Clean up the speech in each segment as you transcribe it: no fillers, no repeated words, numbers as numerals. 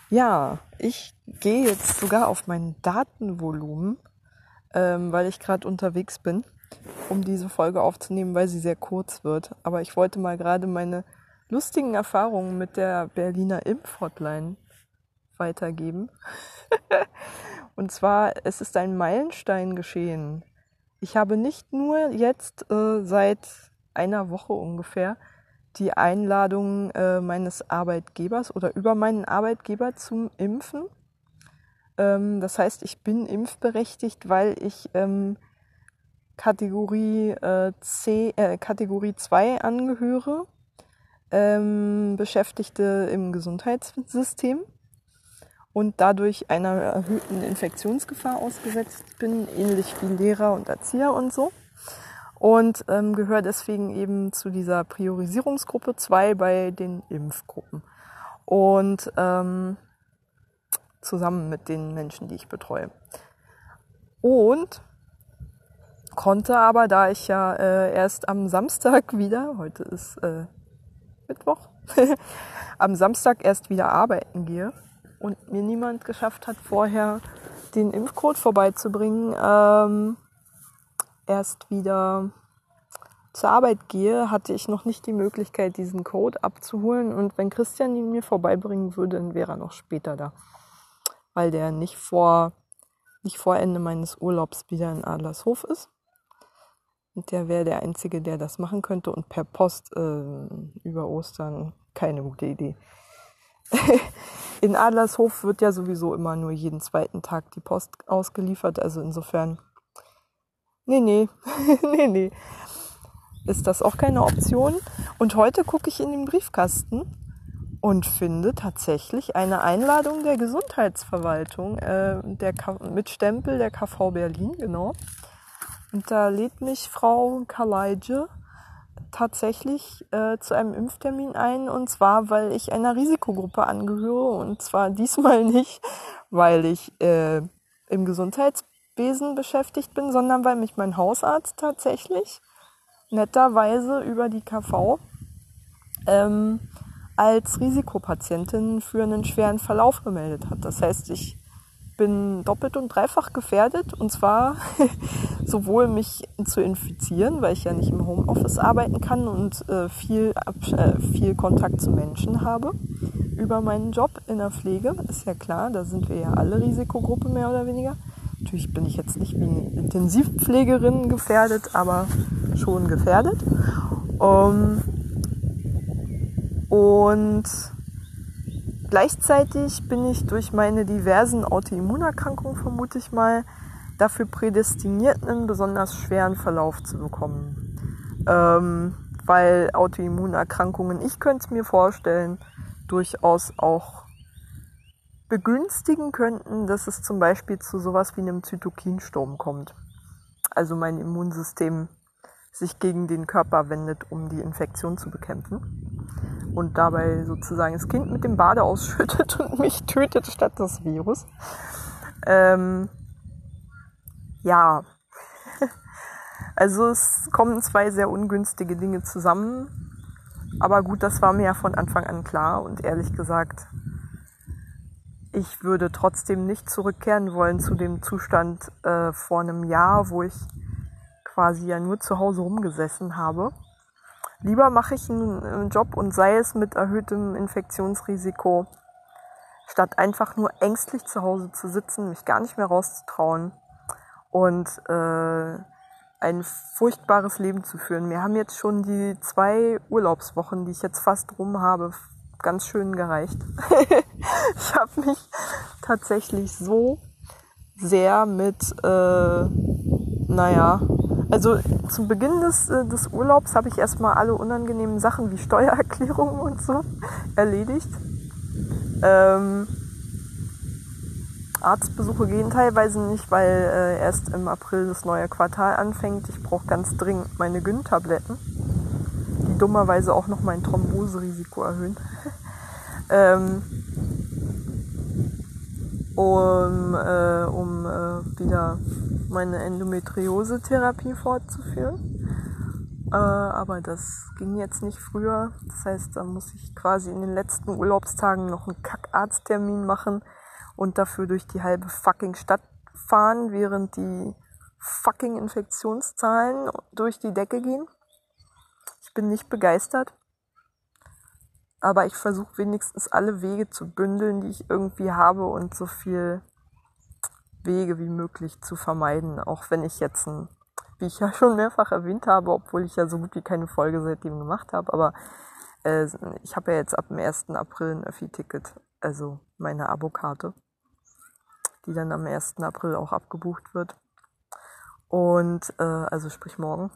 Ja, ich gehe jetzt sogar auf mein Datenvolumen, weil ich gerade unterwegs bin, um diese Folge aufzunehmen, weil sie sehr kurz wird. Aber ich wollte mal gerade meine lustigen Erfahrungen mit der Berliner Impfhotline weitergeben. Und zwar, es ist ein Meilenstein geschehen. Ich habe nicht nur jetzt seit einer Woche ungefähr die Einladung meines Arbeitgebers oder über meinen Arbeitgeber zum Impfen. Das heißt, ich bin impfberechtigt, weil ich Kategorie Kategorie 2 angehöre, Beschäftigte im Gesundheitssystem und dadurch einer erhöhten Infektionsgefahr ausgesetzt bin, ähnlich wie Lehrer und Erzieher und so. Und gehöre deswegen eben zu dieser Priorisierungsgruppe 2 bei den Impfgruppen. Und zusammen mit den Menschen, die ich betreue. Und konnte aber, da ich ja erst am Samstag wieder, heute ist Mittwoch, am Samstag erst wieder arbeiten gehe und mir niemand geschafft hat, vorher den Impfcode vorbeizubringen, erst wieder zur Arbeit gehe, hatte ich noch nicht die Möglichkeit, diesen Code abzuholen. Und wenn Christian ihn mir vorbeibringen würde, dann wäre er noch später da. Weil der nicht vor Ende meines Urlaubs wieder in Adlershof ist. Und der wäre der Einzige, der das machen könnte. Und per Post über Ostern keine gute Idee. In Adlershof wird ja sowieso immer nur jeden zweiten Tag die Post ausgeliefert. Also insofern, nee, ist das auch keine Option. Und heute gucke ich in den Briefkasten und finde tatsächlich eine Einladung der Gesundheitsverwaltung mit Stempel der KV Berlin, genau. Und da lädt mich Frau Kaleidje tatsächlich zu einem Impftermin ein, und zwar, weil ich einer Risikogruppe angehöre, und zwar diesmal nicht, weil ich im Gesundheitswesen beschäftigt bin, sondern weil mich mein Hausarzt tatsächlich netterweise über die KV als Risikopatientin für einen schweren Verlauf gemeldet hat. Das heißt, ich bin doppelt und dreifach gefährdet, und zwar sowohl mich zu infizieren, weil ich ja nicht im Homeoffice arbeiten kann und viel Kontakt zu Menschen habe über meinen Job in der Pflege, ist ja klar, da sind wir ja alle Risikogruppe mehr oder weniger. Natürlich bin ich jetzt nicht wie eine Intensivpflegerin gefährdet, aber schon gefährdet. Und gleichzeitig bin ich durch meine diversen Autoimmunerkrankungen, vermute ich mal, dafür prädestiniert, einen besonders schweren Verlauf zu bekommen. Weil Autoimmunerkrankungen, ich könnte es mir vorstellen, durchaus auch begünstigen könnten, dass es zum Beispiel zu sowas wie einem Zytokinsturm kommt. Also mein Immunsystem sich gegen den Körper wendet, um die Infektion zu bekämpfen. Und dabei sozusagen das Kind mit dem Bade ausschüttet und mich tötet statt das Virus. Ja, also es kommen zwei sehr ungünstige Dinge zusammen. Aber gut, das war mir ja von Anfang an klar. Und ehrlich gesagt, ich würde trotzdem nicht zurückkehren wollen zu dem Zustand vor einem Jahr, wo ich quasi ja nur zu Hause rumgesessen habe. Lieber mache ich einen Job, und sei es mit erhöhtem Infektionsrisiko, statt einfach nur ängstlich zu Hause zu sitzen, mich gar nicht mehr rauszutrauen und ein furchtbares Leben zu führen. Mir haben jetzt schon die 2 Urlaubswochen, die ich jetzt fast rum habe, ganz schön gereicht. Ich habe mich tatsächlich so sehr mit, also zum Beginn des Urlaubs habe ich erstmal alle unangenehmen Sachen wie Steuererklärungen und so erledigt. Arztbesuche gehen teilweise nicht, weil erst im April das neue Quartal anfängt. Ich brauche ganz dringend meine Gyn-Tabletten, die dummerweise auch noch mein Thromboserisiko erhöhen. Um wieder meine Endometriose-Therapie fortzuführen. aber das ging jetzt nicht früher. Das heißt, da muss ich quasi in den letzten Urlaubstagen noch einen Kackarzttermin machen und dafür durch die halbe fucking Stadt fahren, während die fucking Infektionszahlen durch die Decke gehen. Ich bin nicht begeistert, aber ich versuche wenigstens alle Wege zu bündeln, die ich irgendwie habe und so viel Wege wie möglich zu vermeiden, auch wenn ich jetzt wie ich ja schon mehrfach erwähnt habe, obwohl ich ja so gut wie keine Folge seitdem gemacht habe, aber ich habe ja jetzt ab dem 1. April ein Öffi-Ticket, also meine Abokarte, die dann am 1. April auch abgebucht wird. Und also sprich morgen.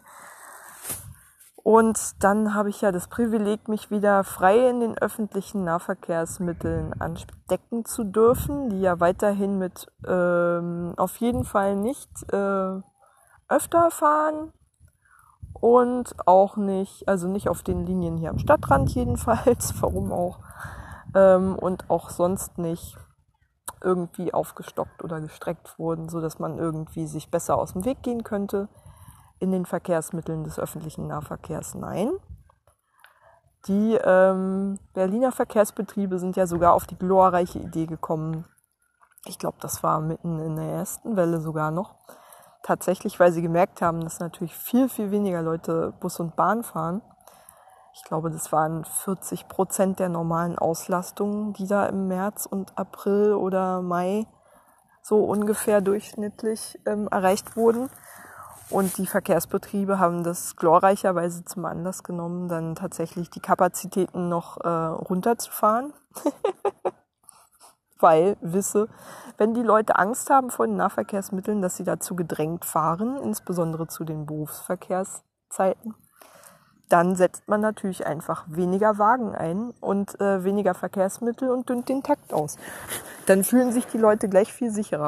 Und dann habe ich ja das Privileg, mich wieder frei in den öffentlichen Nahverkehrsmitteln anstecken zu dürfen, die ja weiterhin mit auf jeden Fall nicht öfter fahren und auch nicht, also nicht auf den Linien hier am Stadtrand jedenfalls, warum auch, und auch sonst nicht irgendwie aufgestockt oder gestreckt wurden, so dass man irgendwie sich besser aus dem Weg gehen könnte in den Verkehrsmitteln des öffentlichen Nahverkehrs. Nein. Die Berliner Verkehrsbetriebe sind ja sogar auf die glorreiche Idee gekommen. Ich glaube, das war mitten in der ersten Welle sogar noch. Tatsächlich, weil sie gemerkt haben, dass natürlich viel, viel weniger Leute Bus und Bahn fahren. Ich glaube, das waren 40% der normalen Auslastungen, die da im März und April oder Mai so ungefähr durchschnittlich erreicht wurden. Und die Verkehrsbetriebe haben das glorreicherweise zum Anlass genommen, dann tatsächlich die Kapazitäten noch runterzufahren. Weil, wenn die Leute Angst haben vor den Nahverkehrsmitteln, dass sie dazu gedrängt fahren, insbesondere zu den Berufsverkehrszeiten, dann setzt man natürlich einfach weniger Wagen ein und weniger Verkehrsmittel und dünnt den Takt aus. Dann fühlen sich die Leute gleich viel sicherer.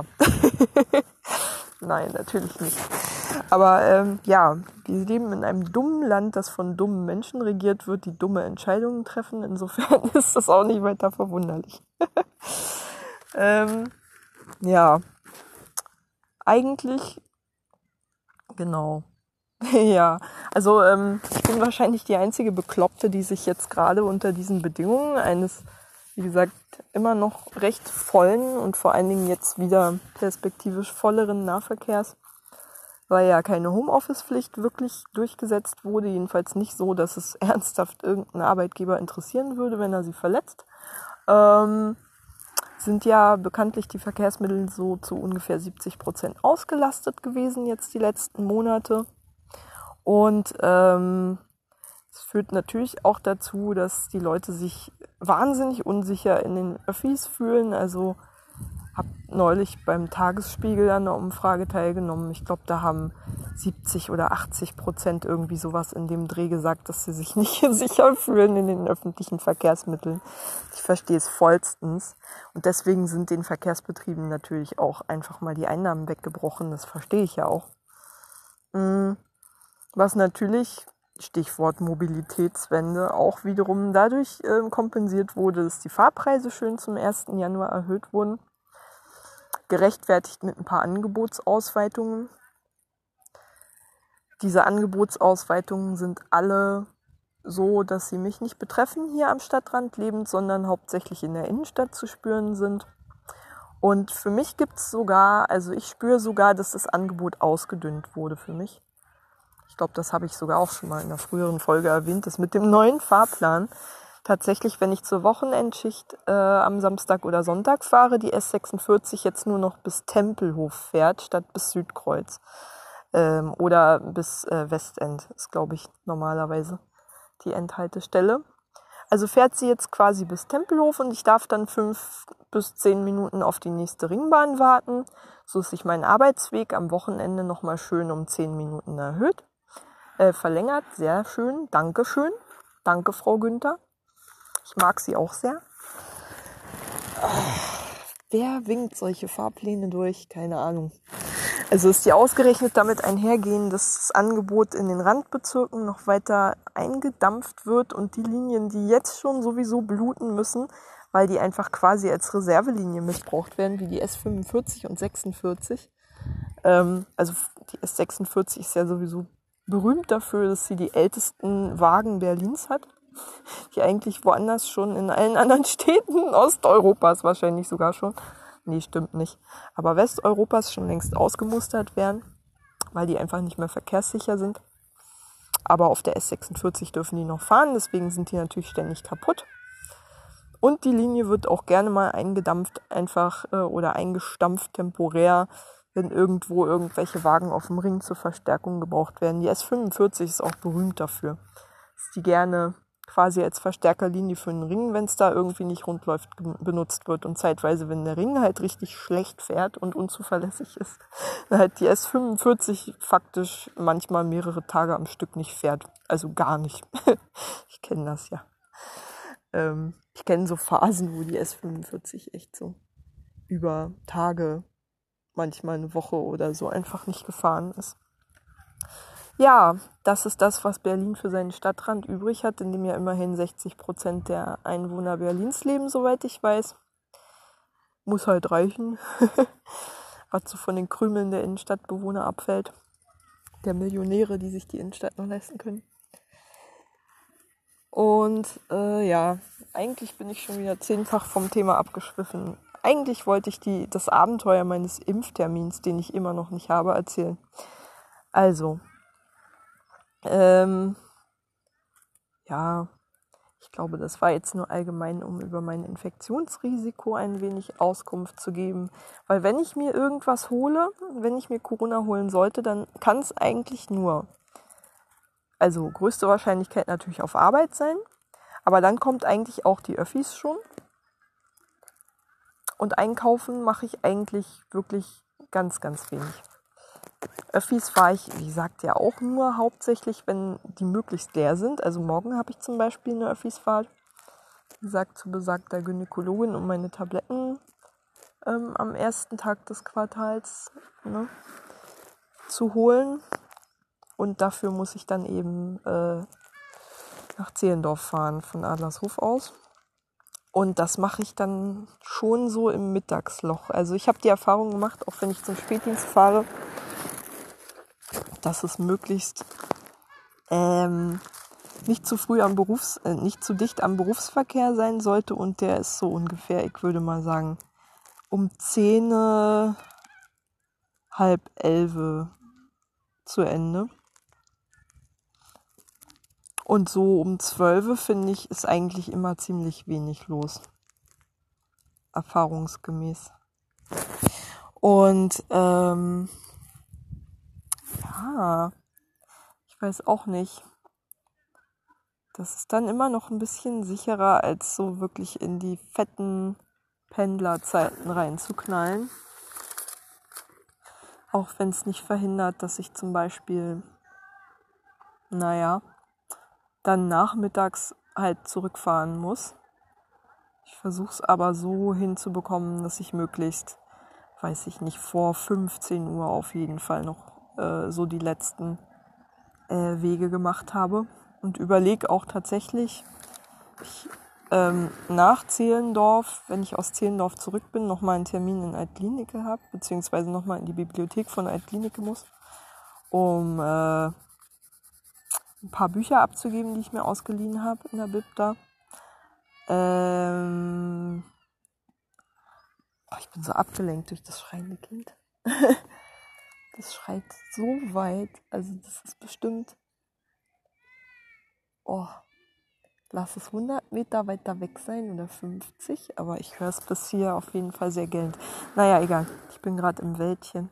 Nein, natürlich nicht. Aber ja, wir leben in einem dummen Land, das von dummen Menschen regiert wird, die dumme Entscheidungen treffen. Insofern ist das auch nicht weiter verwunderlich. Ja, eigentlich, genau. Ja, also ich bin wahrscheinlich die einzige Bekloppte, die sich jetzt gerade unter diesen Bedingungen eines, wie gesagt, immer noch recht vollen und vor allen Dingen jetzt wieder perspektivisch volleren Nahverkehrs, weil ja keine Homeoffice-Pflicht wirklich durchgesetzt wurde, jedenfalls nicht so, dass es ernsthaft irgendeinen Arbeitgeber interessieren würde, wenn er sie verletzt. Sind ja bekanntlich die Verkehrsmittel so zu ungefähr 70% ausgelastet gewesen jetzt die letzten Monate. Und es führt natürlich auch dazu, dass die Leute sich wahnsinnig unsicher in den Öffis fühlen. Also habe neulich beim Tagesspiegel an einer Umfrage teilgenommen. Ich glaube, da haben 70 oder 80% irgendwie sowas in dem Dreh gesagt, dass sie sich nicht sicher fühlen in den öffentlichen Verkehrsmitteln. Ich verstehe es vollstens. Und deswegen sind den Verkehrsbetrieben natürlich auch einfach mal die Einnahmen weggebrochen. Das verstehe ich ja auch. Was natürlich, Stichwort Mobilitätswende, auch wiederum dadurch kompensiert wurde, dass die Fahrpreise schön zum 1. Januar erhöht wurden. Gerechtfertigt mit ein paar Angebotsausweitungen. Diese Angebotsausweitungen sind alle so, dass sie mich nicht betreffen hier am Stadtrand lebend, sondern hauptsächlich in der Innenstadt zu spüren sind. Und für mich gibt's sogar, also ich spüre sogar, dass das Angebot ausgedünnt wurde für mich. Ich glaube, das habe ich sogar auch schon mal in einer früheren Folge erwähnt, dass mit dem neuen Fahrplan tatsächlich, wenn ich zur Wochenendschicht am Samstag oder Sonntag fahre, die S46 jetzt nur noch bis Tempelhof fährt, statt bis Südkreuz. Oder bis Westend ist, glaube ich, normalerweise die Endhaltestelle. Also fährt sie jetzt quasi bis Tempelhof und ich darf dann 5 bis 10 Minuten auf die nächste Ringbahn warten. So ist sich mein Arbeitsweg am Wochenende nochmal schön um 10 Minuten erhöht. Verlängert, sehr schön, Dankeschön. Danke, Frau Günther. Ich mag sie auch sehr. Wer winkt solche Fahrpläne durch? Keine Ahnung. Also ist die ausgerechnet damit einhergehen, dass das Angebot in den Randbezirken noch weiter eingedampft wird und die Linien, die jetzt schon sowieso bluten müssen, weil die einfach quasi als Reservelinie missbraucht werden, wie die S45 und 46. Also die S46 ist ja sowieso berühmt dafür, dass sie die ältesten Wagen Berlins hat, die eigentlich woanders schon in allen anderen Städten Osteuropas wahrscheinlich sogar schon, nee, stimmt nicht, aber Westeuropas schon längst ausgemustert werden, weil die einfach nicht mehr verkehrssicher sind. Aber auf der S46 dürfen die noch fahren, deswegen sind die natürlich ständig kaputt. Und die Linie wird auch gerne mal eingedampft einfach oder eingestampft temporär, wenn irgendwo irgendwelche Wagen auf dem Ring zur Verstärkung gebraucht werden. Die S45 ist auch berühmt dafür, dass die gerne quasi als Verstärkerlinie für den Ring, wenn es da irgendwie nicht rund läuft, benutzt wird. Und zeitweise, wenn der Ring halt richtig schlecht fährt und unzuverlässig ist, dann halt die S45 faktisch manchmal mehrere Tage am Stück nicht fährt. Also gar nicht. Ich kenne das ja. Ich kenne so Phasen, wo die S45 echt so über Tage, manchmal eine Woche oder so einfach nicht gefahren ist. Ja, das ist das, was Berlin für seinen Stadtrand übrig hat, in dem ja immerhin 60% der Einwohner Berlins leben, soweit ich weiß. Muss halt reichen, was so von den Krümeln der Innenstadtbewohner abfällt. Der Millionäre, die sich die Innenstadt noch leisten können. Und ja, eigentlich bin ich schon wieder 10-fach vom Thema abgeschwiffen. Eigentlich wollte ich das Abenteuer meines Impftermins, den ich immer noch nicht habe, erzählen. Also, ja, ich glaube, das war jetzt nur allgemein, um über mein Infektionsrisiko ein wenig Auskunft zu geben. Weil wenn ich mir irgendwas hole, wenn ich mir Corona holen sollte, dann kann es eigentlich nur, also größte Wahrscheinlichkeit natürlich auf Arbeit sein, aber dann kommt eigentlich auch die Öffis schon. Und einkaufen mache ich eigentlich wirklich ganz, ganz wenig. Öffis fahre ich, wie gesagt, ja auch nur hauptsächlich, wenn die möglichst leer sind. Also morgen habe ich zum Beispiel eine Öffisfahrt, wie gesagt, zu besagter Gynäkologin, um meine Tabletten am ersten Tag des Quartals zu holen. Und dafür muss ich dann eben nach Zehlendorf fahren, von Adlershof aus. Und das mache ich dann schon so im Mittagsloch. Also ich habe die Erfahrung gemacht, auch wenn ich zum Spätdienst fahre, dass es möglichst nicht zu früh nicht zu dicht am Berufsverkehr sein sollte. Und der ist so ungefähr, ich würde mal sagen, um 10, halb 11 zu Ende. Und so um 12, finde ich, ist eigentlich immer ziemlich wenig los. Erfahrungsgemäß. Und ja, ich weiß auch nicht. Das ist dann immer noch ein bisschen sicherer, als so wirklich in die fetten Pendlerzeiten reinzuknallen. Auch wenn es nicht verhindert, dass ich zum Beispiel, dann nachmittags halt zurückfahren muss. Ich versuche es aber so hinzubekommen, dass ich möglichst, weiß ich nicht, vor 15 Uhr auf jeden Fall noch so die letzten Wege gemacht habe. Und überlege auch tatsächlich, nach Zehlendorf, wenn ich aus Zehlendorf zurück bin, nochmal einen Termin in Altlinike habe, beziehungsweise nochmal in die Bibliothek von Altlinike muss, um ein paar Bücher abzugeben, die ich mir ausgeliehen habe in der Bib da. Ich bin so abgelenkt durch das schreiende Kind. Das schreit so weit. Also das ist bestimmt... lass es 100 Meter weiter weg sein oder 50. Aber ich höre es bis hier auf jeden Fall sehr gellend. Naja, egal. Ich bin gerade im Wäldchen.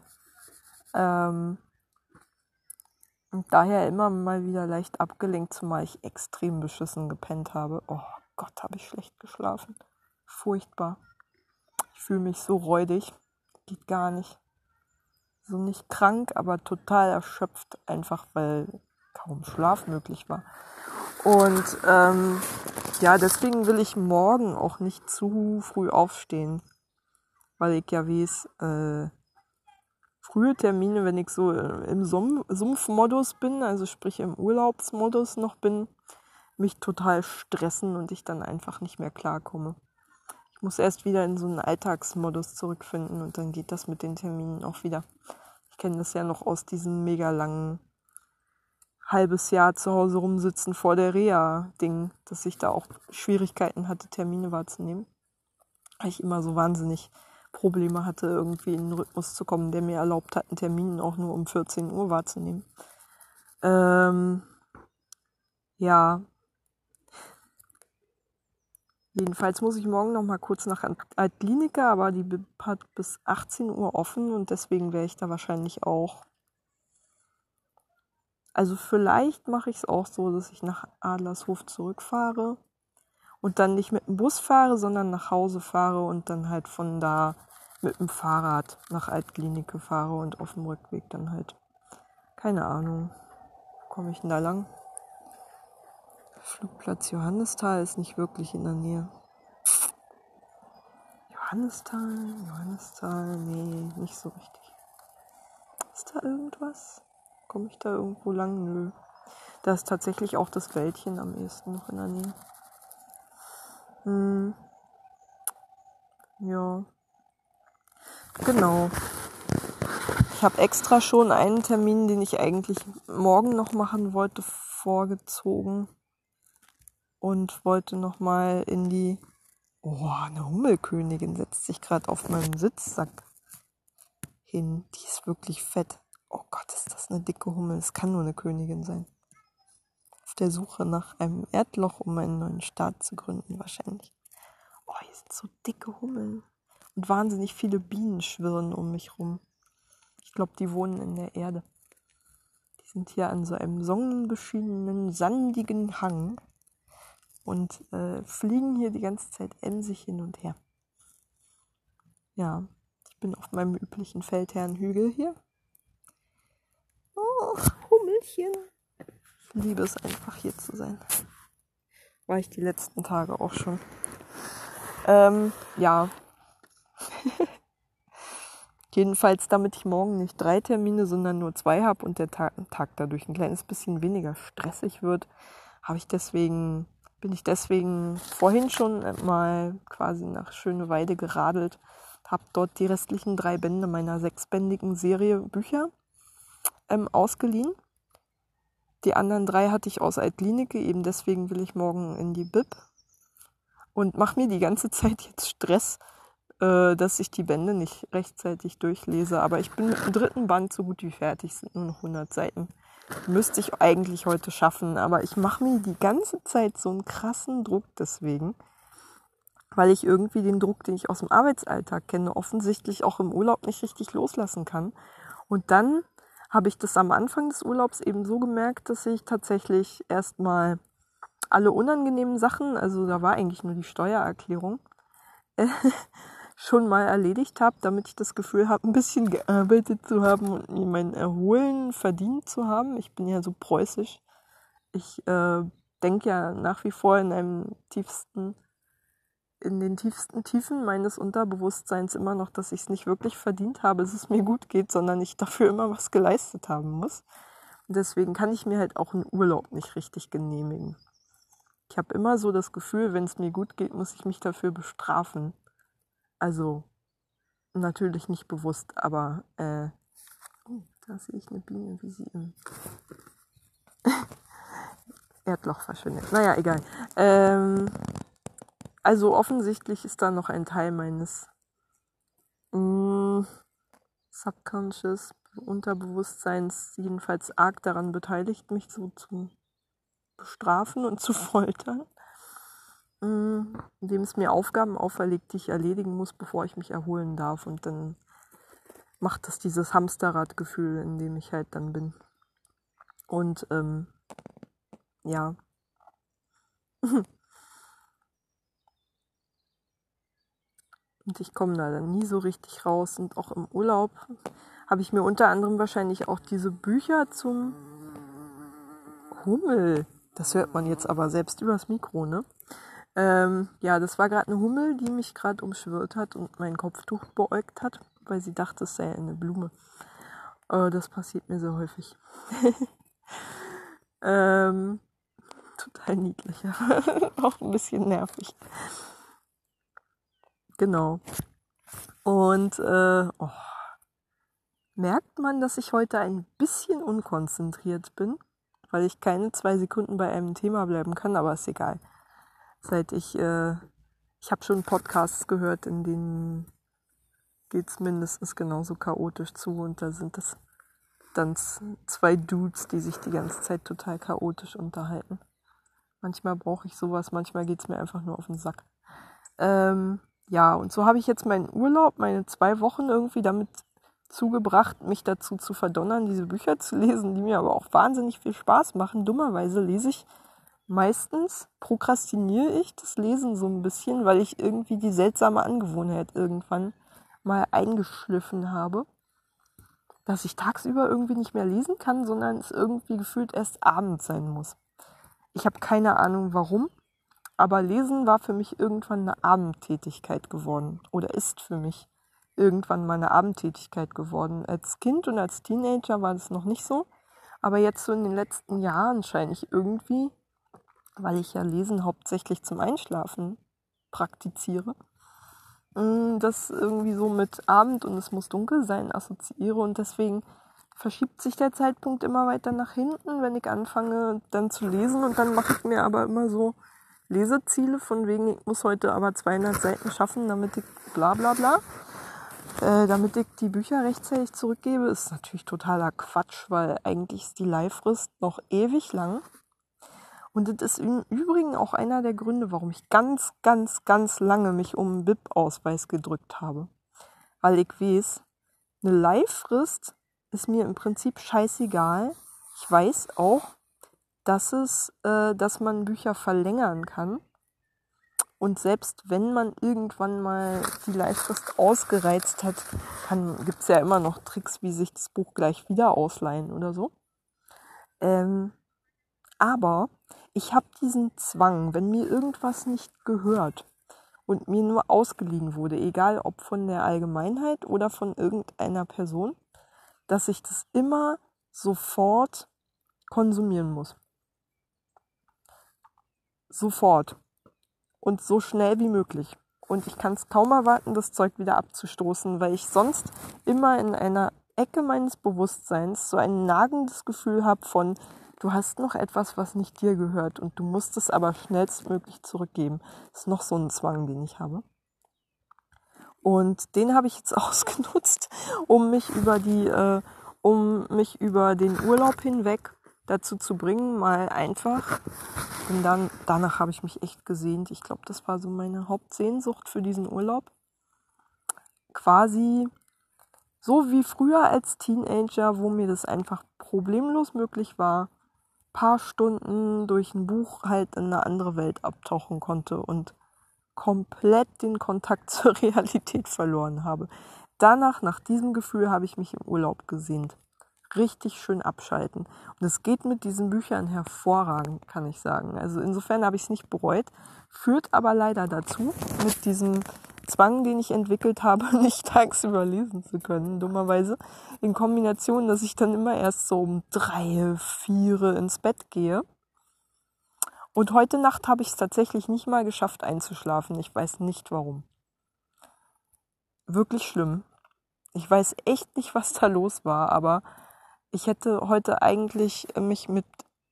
Und daher immer mal wieder leicht abgelenkt, zumal ich extrem beschissen gepennt habe. Oh Gott, habe ich schlecht geschlafen. Furchtbar. Ich fühle mich so räudig. Geht gar nicht. So nicht krank, aber total erschöpft. Einfach, weil kaum Schlaf möglich war. Und deswegen will ich morgen auch nicht zu früh aufstehen. Weil ich ja weiß, frühe Termine, wenn ich so im Sumpfmodus bin, also sprich im Urlaubsmodus noch bin, mich total stressen und ich dann einfach nicht mehr klarkomme. Ich muss erst wieder in so einen Alltagsmodus zurückfinden und dann geht das mit den Terminen auch wieder. Ich kenne das ja noch aus diesen mega langen halbes Jahr zu Hause rumsitzen vor der Reha-Ding, dass ich da auch Schwierigkeiten hatte, Termine wahrzunehmen. Weil ich immer so wahnsinnig Probleme hatte, irgendwie in den Rhythmus zu kommen, der mir erlaubt hat, einen Termin auch nur um 14 Uhr wahrzunehmen. Ja. Jedenfalls muss ich morgen noch mal kurz nach Altkliniker, aber die BIP hat bis 18 Uhr offen und deswegen werde ich da wahrscheinlich auch. Also vielleicht mache ich es auch so, dass ich nach Adlershof zurückfahre und dann nicht mit dem Bus fahre, sondern nach Hause fahre und dann halt von da mit dem Fahrrad nach Altkliniker fahre und auf dem Rückweg dann halt, keine Ahnung, wo komme ich denn da lang? Flugplatz Johannisthal ist nicht wirklich in der Nähe. Johannisthal, nee, nicht so richtig. Ist da irgendwas? Komme ich da irgendwo lang? Nö. Da ist tatsächlich auch das Wäldchen am ehesten noch in der Nähe. Ja. Genau. Ich habe extra schon einen Termin, den ich eigentlich morgen noch machen wollte, vorgezogen. Und wollte nochmal in die... Oh, eine Hummelkönigin setzt sich gerade auf meinem Sitzsack hin. Die ist wirklich fett. Oh Gott, ist das eine dicke Hummel. Es kann nur eine Königin sein. Auf der Suche nach einem Erdloch, um einen neuen Staat zu gründen, wahrscheinlich. Oh, hier sind so dicke Hummeln. Und wahnsinnig viele Bienen schwirren um mich rum. Ich glaube, die wohnen in der Erde. Die sind hier an so einem sonnenbeschienenen, sandigen Hang und fliegen hier die ganze Zeit emsig hin und her. Ja, ich bin auf meinem üblichen Feldherrnhügel hier. Oh, Hummelchen. Ich liebe es einfach, hier zu sein. War ich die letzten Tage auch schon. Ja. Jedenfalls, damit ich morgen nicht 3 Termine, sondern nur 2 habe und der Tag dadurch ein kleines bisschen weniger stressig wird, bin ich deswegen vorhin schon mal quasi nach Schöneweide geradelt, habe dort die restlichen 3 Bände meiner 6-bändigen Serie Bücher ausgeliehen. Die anderen 3 hatte ich aus Altkliniker, eben deswegen will ich morgen in die BIP und mache mir die ganze Zeit jetzt Stress, dass ich die Bände nicht rechtzeitig durchlese. Aber ich bin mit dem 3. Band so gut wie fertig, es sind nur noch 100 Seiten. Müsste ich eigentlich heute schaffen, aber ich mache mir die ganze Zeit so einen krassen Druck deswegen, weil ich irgendwie den Druck, den ich aus dem Arbeitsalltag kenne, offensichtlich auch im Urlaub nicht richtig loslassen kann. Und dann habe ich das am Anfang des Urlaubs eben so gemerkt, dass ich tatsächlich erstmal alle unangenehmen Sachen, also da war eigentlich nur die Steuererklärung, schon mal erledigt habe, damit ich das Gefühl habe, ein bisschen gearbeitet zu haben und mir mein Erholen verdient zu haben. Ich bin ja so preußisch. Ich denke ja nach wie vor in den tiefsten Tiefen meines Unterbewusstseins immer noch, dass ich es nicht wirklich verdient habe, dass es mir gut geht, sondern ich dafür immer was geleistet haben muss. Und deswegen kann ich mir halt auch einen Urlaub nicht richtig genehmigen. Ich habe immer so das Gefühl, wenn es mir gut geht, muss ich mich dafür bestrafen. Also natürlich nicht bewusst, aber da sehe ich eine Biene, wie sie im Erdloch verschwindet. Naja, egal. Also offensichtlich ist da noch ein Teil meines Subconscious, Unterbewusstseins, jedenfalls arg daran beteiligt, mich so zu bestrafen und zu foltern, indem es mir Aufgaben auferlegt, die ich erledigen muss, bevor ich mich erholen darf. Und dann macht das dieses Hamsterradgefühl, in dem ich halt dann bin. Und ja. Und ich komme da dann nie so richtig raus. Und auch im Urlaub habe ich mir unter anderem wahrscheinlich auch diese Bücher zum Hummel, das hört man jetzt aber selbst übers Mikro, ne? Ja, das war gerade eine Hummel, die mich gerade umschwirrt hat und mein Kopftuch beäugt hat, weil sie dachte, es sei eine Blume. Das passiert mir so häufig. Total niedlich, auch ein bisschen nervig. Genau. Und merkt man, dass ich heute ein bisschen unkonzentriert bin, weil ich keine 2 Sekunden bei einem Thema bleiben kann, aber ist egal. Ich habe schon Podcasts gehört, in denen geht's mindestens genauso chaotisch zu und da sind das dann 2 Dudes, die sich die ganze Zeit total chaotisch unterhalten. Manchmal brauche ich sowas, manchmal geht's mir einfach nur auf den Sack. Ja, und so habe ich jetzt meinen Urlaub, meine 2 Wochen irgendwie damit zugebracht, mich dazu zu verdonnern, diese Bücher zu lesen, die mir aber auch wahnsinnig viel Spaß machen. Dummerweise lese ich meistens, prokrastiniere ich das Lesen so ein bisschen, weil ich irgendwie die seltsame Angewohnheit irgendwann mal eingeschliffen habe, dass ich tagsüber irgendwie nicht mehr lesen kann, sondern es irgendwie gefühlt erst abends sein muss. Ich habe keine Ahnung warum, aber Lesen war für mich irgendwann eine Abendtätigkeit geworden oder ist für mich irgendwann mal eine Abendtätigkeit geworden. Als Kind und als Teenager war das noch nicht so, aber jetzt so in den letzten Jahren scheine ich irgendwie, weil ich ja Lesen hauptsächlich zum Einschlafen praktiziere, das irgendwie so mit Abend und es muss dunkel sein assoziiere und deswegen verschiebt sich der Zeitpunkt immer weiter nach hinten, wenn ich anfange dann zu lesen und dann mache ich mir aber immer so Leseziele von wegen, ich muss heute aber 200 Seiten schaffen, damit ich bla bla bla, damit ich die Bücher rechtzeitig zurückgebe, ist natürlich totaler Quatsch, weil eigentlich ist die Leihfrist noch ewig lang. Und das ist im Übrigen auch einer der Gründe, warum ich ganz, ganz, ganz lange mich um einen BIP-Ausweis gedrückt habe. Weil ich weiß, eine Leihfrist ist mir im Prinzip scheißegal. Ich weiß auch, dass man Bücher verlängern kann. Und selbst wenn man irgendwann mal die Leihfrist ausgereizt hat, gibt es ja immer noch Tricks, wie sich das Buch gleich wieder ausleihen oder so. Aber ich habe diesen Zwang, wenn mir irgendwas nicht gehört und mir nur ausgeliehen wurde, egal ob von der Allgemeinheit oder von irgendeiner Person, dass ich das immer sofort konsumieren muss. Sofort. Und so schnell wie möglich. Und ich kann es kaum erwarten, das Zeug wieder abzustoßen, weil ich sonst immer in einer Ecke meines Bewusstseins so ein nagendes Gefühl habe von, du hast noch etwas, was nicht dir gehört und du musst es aber schnellstmöglich zurückgeben. Das ist noch so ein Zwang, den ich habe. Und den habe ich jetzt ausgenutzt, um mich über den Urlaub hinweg dazu zu bringen, mal einfach. Und danach habe ich mich echt gesehnt. Ich glaube, das war so meine Hauptsehnsucht für diesen Urlaub. Quasi so wie früher als Teenager, wo mir das einfach problemlos möglich war, paar Stunden durch ein Buch halt in eine andere Welt abtauchen konnte und komplett den Kontakt zur Realität verloren habe. Nach diesem Gefühl habe ich mich im Urlaub gesehnt. Richtig schön abschalten. Und es geht mit diesen Büchern hervorragend, kann ich sagen. Also insofern habe ich es nicht bereut, führt aber leider dazu, mit diesem Zwang, den ich entwickelt habe, nicht tagsüber lesen zu können, dummerweise, in Kombination, dass ich dann immer erst so um 3, 4 ins Bett gehe. Und heute Nacht habe ich es tatsächlich nicht mal geschafft einzuschlafen. Ich weiß nicht warum. Wirklich schlimm. Ich weiß echt nicht, was da los war, aber ich hätte heute eigentlich mich mit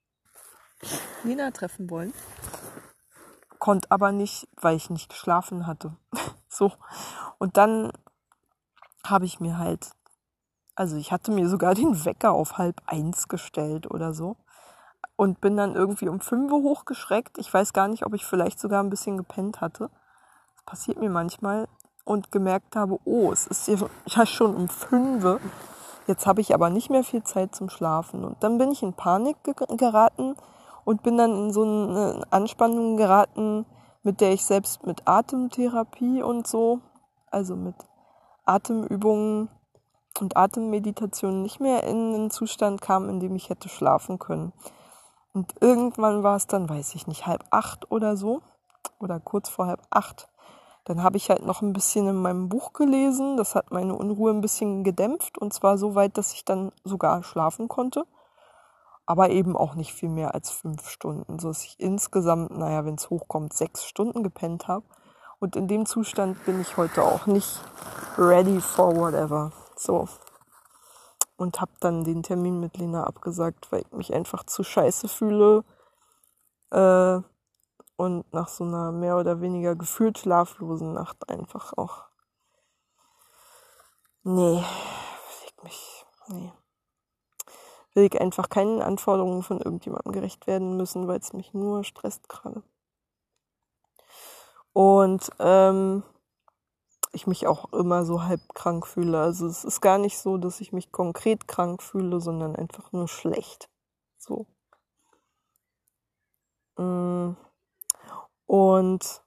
Lena treffen wollen. Konnte aber nicht, weil ich nicht geschlafen hatte. So. Und dann habe ich mir ich hatte mir sogar den Wecker auf 12:30 gestellt oder so. Und bin dann irgendwie um 5 Uhr hochgeschreckt. Ich weiß gar nicht, ob ich vielleicht sogar ein bisschen gepennt hatte. Das passiert mir manchmal. Und gemerkt habe, es ist ja schon um 5 Uhr. Jetzt habe ich aber nicht mehr viel Zeit zum Schlafen. Und dann bin ich in Panik geraten und bin dann in so eine Anspannung geraten, mit der ich selbst mit Atemtherapie und so, also mit Atemübungen und Atemmeditation nicht mehr in einen Zustand kam, in dem ich hätte schlafen können. Und irgendwann war es dann, weiß ich nicht, 7:30 oder so, oder kurz vor 7:30. Dann habe ich halt noch ein bisschen in meinem Buch gelesen. Das hat meine Unruhe ein bisschen gedämpft. Und zwar so weit, dass ich dann sogar schlafen konnte. Aber eben auch nicht viel mehr als 5 Stunden. So dass ich insgesamt, wenn es hochkommt, 6 Stunden gepennt habe. Und in dem Zustand bin ich heute auch nicht ready for whatever. So. und habe dann den Termin mit Lena abgesagt, weil ich mich einfach zu scheiße fühle und nach so einer mehr oder weniger gefühlt schlaflosen Nacht einfach auch. Nee, will ich einfach keinen Anforderungen von irgendjemandem gerecht werden müssen, weil es mich nur stresst gerade. Und ich mich auch immer so halb krank fühle. Also es ist gar nicht so, dass ich mich konkret krank fühle, sondern einfach nur schlecht. So. Und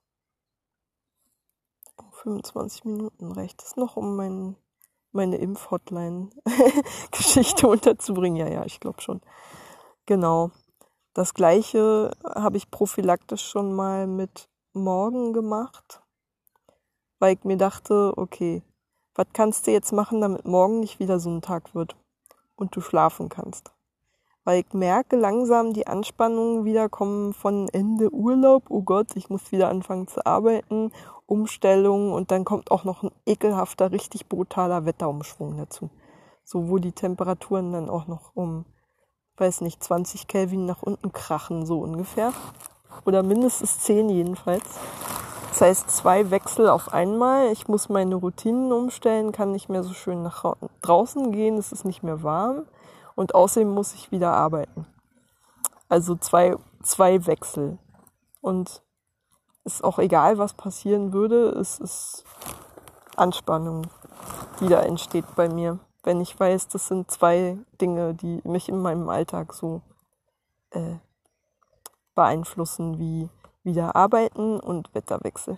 25 Minuten reicht es noch, um meine Impf-Hotline-Geschichte unterzubringen. Ja, ich glaube schon. Genau. Das Gleiche habe ich prophylaktisch schon mal mit morgen gemacht, weil ich mir dachte, okay, was kannst du jetzt machen, damit morgen nicht wieder so ein Tag wird und du schlafen kannst? Weil ich merke langsam die Anspannungen wiederkommen von Ende Urlaub. Oh Gott, ich muss wieder anfangen zu arbeiten, Umstellung und dann kommt auch noch ein ekelhafter, richtig brutaler Wetterumschwung dazu. So, wo die Temperaturen dann auch noch um, 20 Kelvin nach unten krachen, so ungefähr. Oder mindestens 10 jedenfalls. Das heißt, 2 Wechsel auf einmal. Ich muss meine Routinen umstellen, kann nicht mehr so schön nach draußen gehen, es ist nicht mehr warm. Und außerdem muss ich wieder arbeiten. Also zwei Wechsel. Und ist auch egal, was passieren würde, es ist Anspannung, die da entsteht bei mir. Wenn ich weiß, das sind 2 Dinge, die mich in meinem Alltag so beeinflussen, wie wieder arbeiten und Wetterwechsel.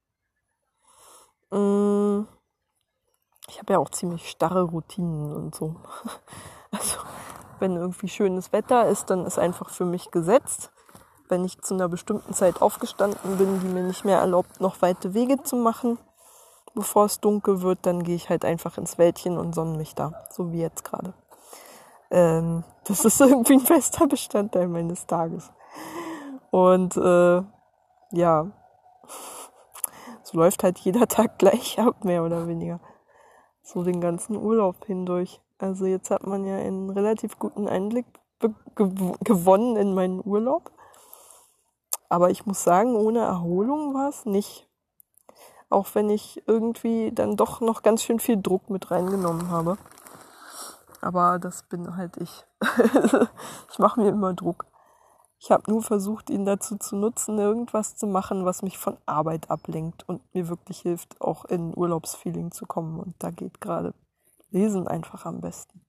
Ich habe ja auch ziemlich starre Routinen und so. Also wenn irgendwie schönes Wetter ist, dann ist einfach für mich gesetzt. Wenn ich zu einer bestimmten Zeit aufgestanden bin, die mir nicht mehr erlaubt, noch weite Wege zu machen, bevor es dunkel wird, dann gehe ich halt einfach ins Wäldchen und sonne mich da, so wie jetzt gerade. Das ist irgendwie ein fester Bestandteil meines Tages. Und ja, so läuft halt jeder Tag gleich ab, mehr oder weniger. So den ganzen Urlaub hindurch. Also jetzt hat man ja einen relativ guten Einblick gewonnen in meinen Urlaub. Aber ich muss sagen, ohne Erholung war es nicht. Auch wenn ich irgendwie dann doch noch ganz schön viel Druck mit reingenommen habe. Aber das bin halt ich. Ich mache mir immer Druck. Ich habe nur versucht, ihn dazu zu nutzen, irgendwas zu machen, was mich von Arbeit ablenkt und mir wirklich hilft, auch in Urlaubsfeeling zu kommen. Und da geht gerade Lesen einfach am besten.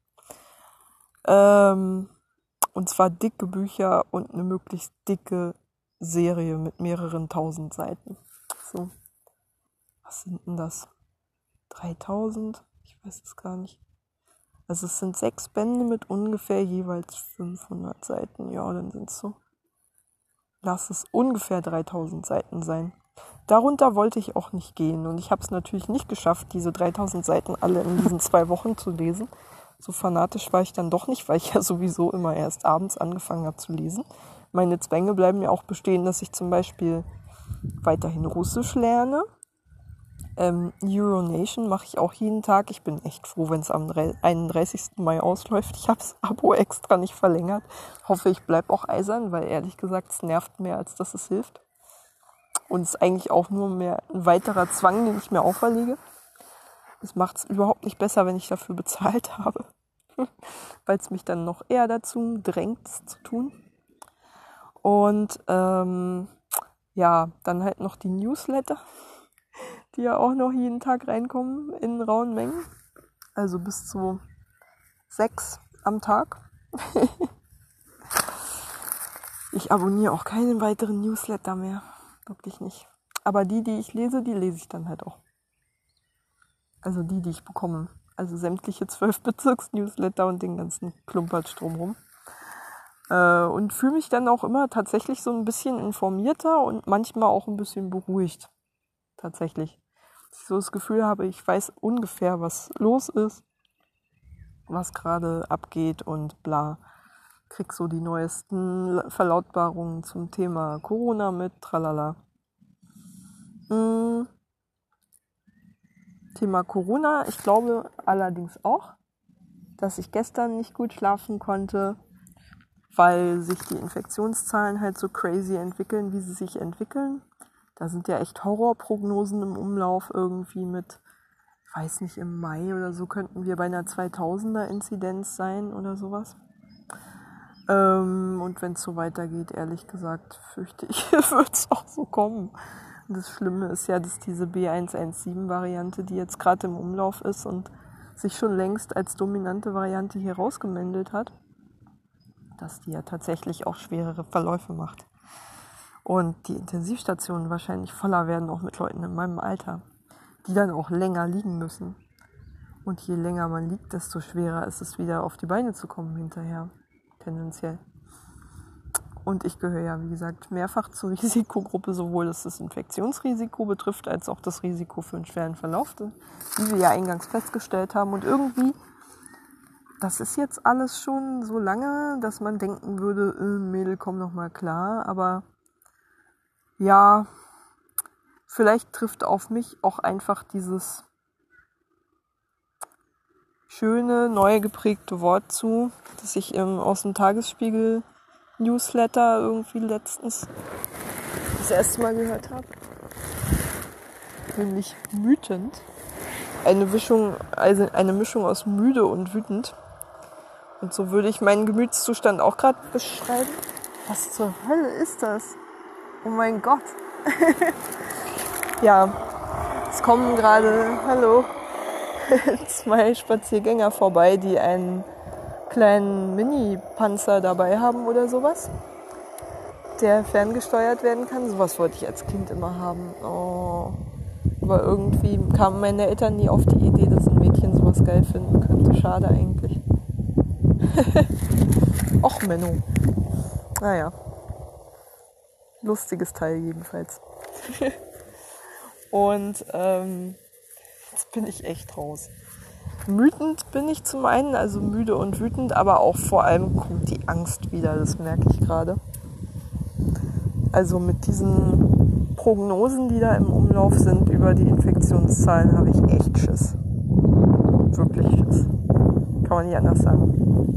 Und zwar dicke Bücher und eine möglichst dicke Serie mit mehreren 1000 Seiten. So. Was sind denn das? 3000? Ich weiß es gar nicht. Also es sind 6 Bände mit ungefähr jeweils 500 Seiten. Ja, dann sind es so. Lass es ungefähr 3000 Seiten sein. Darunter wollte ich auch nicht gehen. Und ich habe es natürlich nicht geschafft, diese 3000 Seiten alle in diesen 2 Wochen zu lesen. So fanatisch war ich dann doch nicht, weil ich ja sowieso immer erst abends angefangen habe zu lesen. Meine Zwänge bleiben ja auch bestehen, dass ich zum Beispiel weiterhin Russisch lerne. Euronation mache ich auch jeden Tag. Ich bin echt froh, wenn es am 31. Mai ausläuft. Ich habe das Abo extra nicht verlängert. Hoffe, ich bleibe auch eisern, weil ehrlich gesagt, es nervt mehr, als dass es hilft. Und es ist eigentlich auch nur mehr ein weiterer Zwang, den ich mir auferlege. Es macht es überhaupt nicht besser, wenn ich dafür bezahlt habe. Weil es mich dann noch eher dazu drängt, es zu tun. Und ja, dann halt noch die Newsletter, die ja auch noch jeden Tag reinkommen in rauen Mengen. Also bis zu 6 am Tag. Ich abonniere auch keinen weiteren Newsletter mehr. Wirklich nicht. Aber die ich lese, die lese ich dann halt auch. Also die ich bekomme. Also sämtliche 12 Bezirks-Newsletter und den ganzen Klumpatsch drumherum. Und fühle mich dann auch immer tatsächlich so ein bisschen informierter und manchmal auch ein bisschen beruhigt. Tatsächlich. Dass ich so das Gefühl habe, ich weiß ungefähr, was los ist, was gerade abgeht und bla. Krieg so die neuesten Verlautbarungen zum Thema Corona mit, tralala. Thema Corona, ich glaube allerdings auch, dass ich gestern nicht gut schlafen konnte, weil sich die Infektionszahlen halt so crazy entwickeln, wie sie sich entwickeln. Da sind ja echt Horrorprognosen im Umlauf irgendwie mit, ich weiß nicht, im Mai oder so könnten wir bei einer 2000er-Inzidenz sein oder sowas. Und wenn es so weitergeht, ehrlich gesagt, fürchte ich, wird es auch so kommen. Und das Schlimme ist ja, dass diese B117-Variante, die jetzt gerade im Umlauf ist und sich schon längst als dominante Variante hier rausgemeldet hat, dass die ja tatsächlich auch schwerere Verläufe macht. Und die Intensivstationen wahrscheinlich voller werden, auch mit Leuten in meinem Alter, die dann auch länger liegen müssen. Und je länger man liegt, desto schwerer ist es wieder auf die Beine zu kommen hinterher, tendenziell. Und ich gehöre ja, wie gesagt, mehrfach zur Risikogruppe, sowohl was das Infektionsrisiko betrifft, als auch das Risiko für einen schweren Verlauf, wie wir ja eingangs festgestellt haben. Und irgendwie, das ist jetzt alles schon so lange, dass man denken würde, Mädel, komm noch mal klar. Aber ja, vielleicht trifft auf mich auch einfach dieses schöne, neu geprägte Wort zu, das ich aus dem Tagesspiegel-Newsletter irgendwie letztens das erste Mal gehört habe. Nämlich wütend. Eine Mischung aus müde und wütend. Und so würde ich meinen Gemütszustand auch gerade beschreiben. Was zur Hölle ist das? Oh mein Gott. Ja, es kommen gerade, hallo, 2 Spaziergänger vorbei, die einen kleinen Mini-Panzer dabei haben oder sowas, der ferngesteuert werden kann. Sowas wollte ich als Kind immer haben. Oh. Aber irgendwie kamen meine Eltern nie auf die Idee, dass ein Mädchen sowas geil finden könnte. Schade eigentlich. Och, Menno. Naja. Lustiges Teil jedenfalls. Und jetzt bin ich echt raus. Wütend bin ich zum einen, also müde und wütend, aber auch vor allem kommt die Angst wieder, das merke ich gerade. Also mit diesen Prognosen, die da im Umlauf sind über die Infektionszahlen, habe ich echt Schiss. Wirklich Schiss. Kann man nicht anders sagen.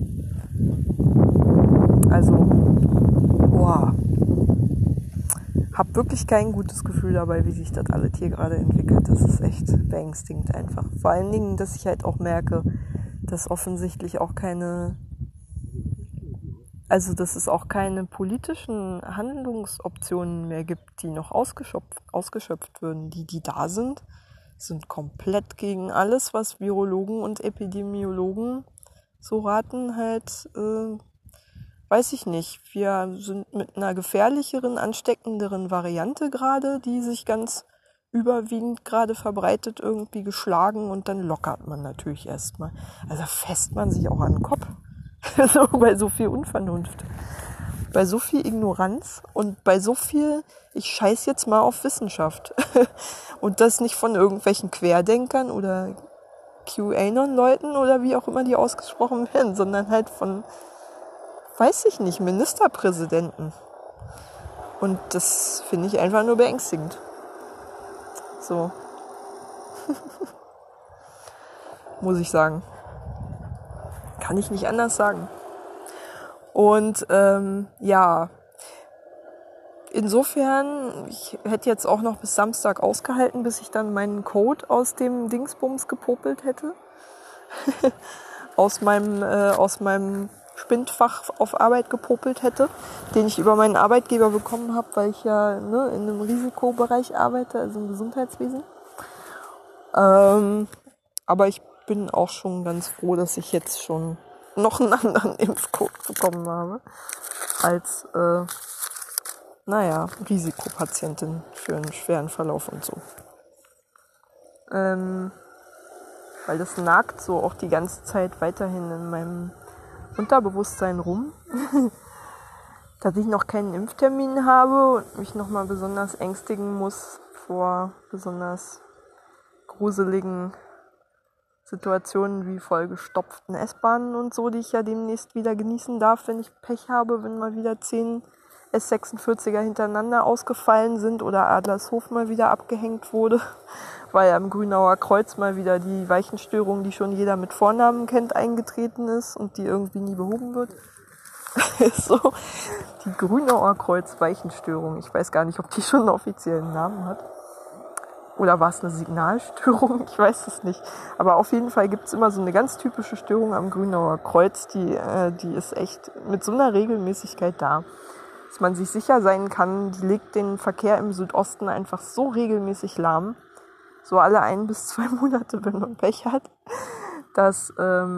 Also, boah. Hab wirklich kein gutes Gefühl dabei, wie sich das alles hier gerade entwickelt. Das ist echt beängstigend einfach. Vor allen Dingen, dass ich halt auch merke, dass offensichtlich auch dass es auch keine politischen Handlungsoptionen mehr gibt, die noch ausgeschöpft würden. Die da sind komplett gegen alles, was Virologen und Epidemiologen so raten, halt, weiß ich nicht. Wir sind mit einer gefährlicheren, ansteckenderen Variante gerade, die sich ganz überwiegend gerade verbreitet, irgendwie geschlagen und dann lockert man natürlich erstmal. Also fässt man sich auch an den Kopf. So, bei so viel Unvernunft, bei so viel Ignoranz und bei so viel, ich scheiß jetzt mal auf Wissenschaft. Und das nicht von irgendwelchen Querdenkern oder QAnon-Leuten oder wie auch immer die ausgesprochen werden, sondern halt von, weiß ich nicht, Ministerpräsidenten. Und das finde ich einfach nur beängstigend. So. Muss ich sagen. Kann ich nicht anders sagen. Und ja, insofern, ich hätte jetzt auch noch bis Samstag ausgehalten, bis ich dann meinen Code aus dem Dingsbums gepopelt hätte. aus meinem Spindfach auf Arbeit gepopelt hätte, den ich über meinen Arbeitgeber bekommen habe, weil ich ja in einem Risikobereich arbeite, also im Gesundheitswesen. Aber ich bin auch schon ganz froh, dass ich jetzt schon noch einen anderen Impfcode bekommen habe als Risikopatientin für einen schweren Verlauf und so. Weil das nagt so auch die ganze Zeit weiterhin in meinem Unterbewusstsein rum, dass ich noch keinen Impftermin habe und mich nochmal besonders ängstigen muss vor besonders gruseligen Situationen wie vollgestopften S-Bahnen und so, die ich ja demnächst wieder genießen darf, wenn ich Pech habe, wenn mal wieder 10 S46er hintereinander ausgefallen sind oder Adlershof mal wieder abgehängt wurde, weil am Grünauer Kreuz mal wieder die Weichenstörung, die schon jeder mit Vornamen kennt, eingetreten ist und die irgendwie nie behoben wird. So, die Grünauer Kreuz Weichenstörung. Ich weiß gar nicht, ob die schon einen offiziellen Namen hat. Oder war es eine Signalstörung? Ich weiß es nicht. Aber auf jeden Fall gibt es immer so eine ganz typische Störung am Grünauer Kreuz, die ist echt mit so einer Regelmäßigkeit da, dass man sich sicher sein kann, die legt den Verkehr im Südosten einfach so regelmäßig lahm, so alle 1 bis 2 Monate, wenn man Pech hat, dass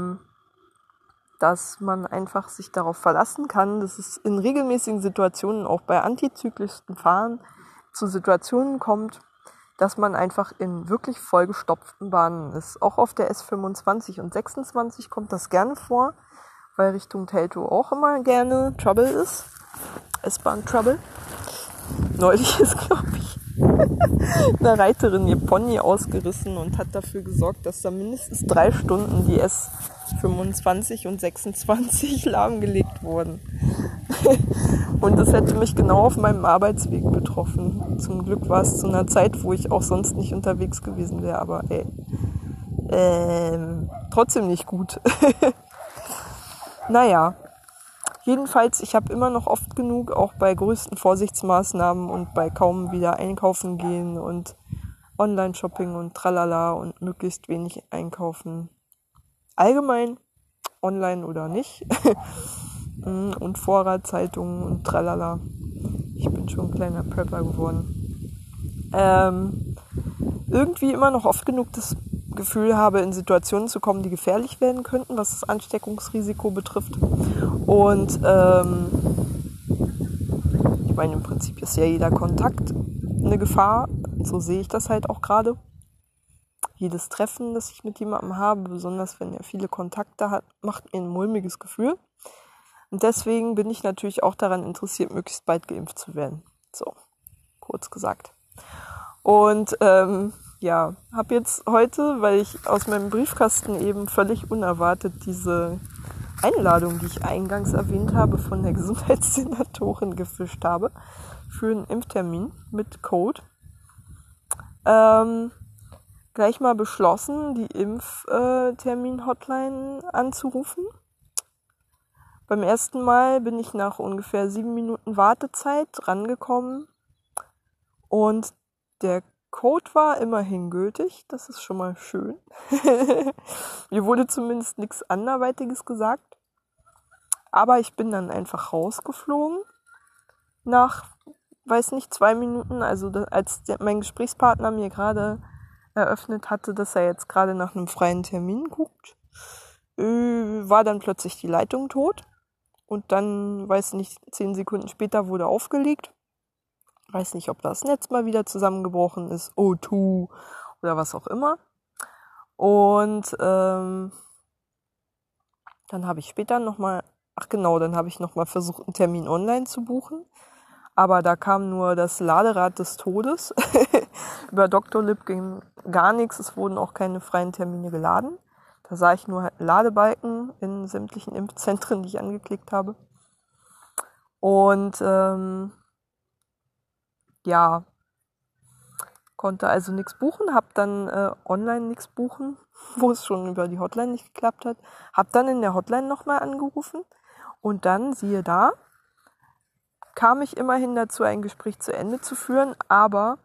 man einfach sich darauf verlassen kann, dass es in regelmäßigen Situationen, auch bei antizyklischsten Fahren, zu Situationen kommt, dass man einfach in wirklich vollgestopften Bahnen ist. Auch auf der S25 und 26 kommt das gerne vor, weil Richtung Teltow auch immer gerne Trouble ist. S-Bahn-Trouble. Neulich ist, glaube ich, eine Reiterin ihr Pony ausgerissen und hat dafür gesorgt, dass da mindestens 3 Stunden die S25 und 26 lahmgelegt wurden. Und das hätte mich genau auf meinem Arbeitsweg betroffen. Zum Glück war es zu einer Zeit, wo ich auch sonst nicht unterwegs gewesen wäre, aber trotzdem nicht gut. Naja, jedenfalls, ich habe immer noch oft genug, auch bei größten Vorsichtsmaßnahmen und bei kaum wieder einkaufen gehen und Online-Shopping und tralala und möglichst wenig einkaufen. Allgemein, online oder nicht. Und Vorratshaltungen und tralala. Ich bin schon ein kleiner Prepper geworden. Irgendwie immer noch oft genug das Gefühl habe, in Situationen zu kommen, die gefährlich werden könnten, was das Ansteckungsrisiko betrifft. Und ich meine, im Prinzip ist ja jeder Kontakt eine Gefahr. So sehe ich das halt auch gerade. Jedes Treffen, das ich mit jemandem habe, besonders wenn er viele Kontakte hat, macht mir ein mulmiges Gefühl. Und deswegen bin ich natürlich auch daran interessiert, möglichst bald geimpft zu werden. So, kurz gesagt. Und habe jetzt heute, weil ich aus meinem Briefkasten eben völlig unerwartet diese Einladung, die ich eingangs erwähnt habe, von der Gesundheitssenatorin gefischt habe, für einen Impftermin mit Code, gleich mal beschlossen, die Impftermin-Hotline anzurufen. Beim ersten Mal bin ich nach ungefähr 7 Minuten Wartezeit rangekommen und der Code war immerhin gültig. Das ist schon mal schön. Mir wurde zumindest nichts anderweitiges gesagt. Aber ich bin dann einfach rausgeflogen nach, 2 Minuten. Also als mein Gesprächspartner mir gerade eröffnet hatte, dass er jetzt gerade nach einem freien Termin guckt, war dann plötzlich die Leitung tot. Und dann, 10 Sekunden später wurde aufgelegt. Weiß nicht, ob das Netz mal wieder zusammengebrochen ist, O2 oder was auch immer. Und dann habe ich später nochmal, dann habe ich nochmal versucht, einen Termin online zu buchen. Aber da kam nur das Laderad des Todes. Über Doctolib ging gar nichts, es wurden auch keine freien Termine geladen. Da sah ich nur halt einen Ladebalken in sämtlichen Impfzentren, die ich angeklickt habe. Und konnte also nichts buchen, habe dann online nichts buchen, wo es schon über die Hotline nicht geklappt hat. Habe dann in der Hotline nochmal angerufen und dann, siehe da, kam ich immerhin dazu, ein Gespräch zu Ende zu führen, aber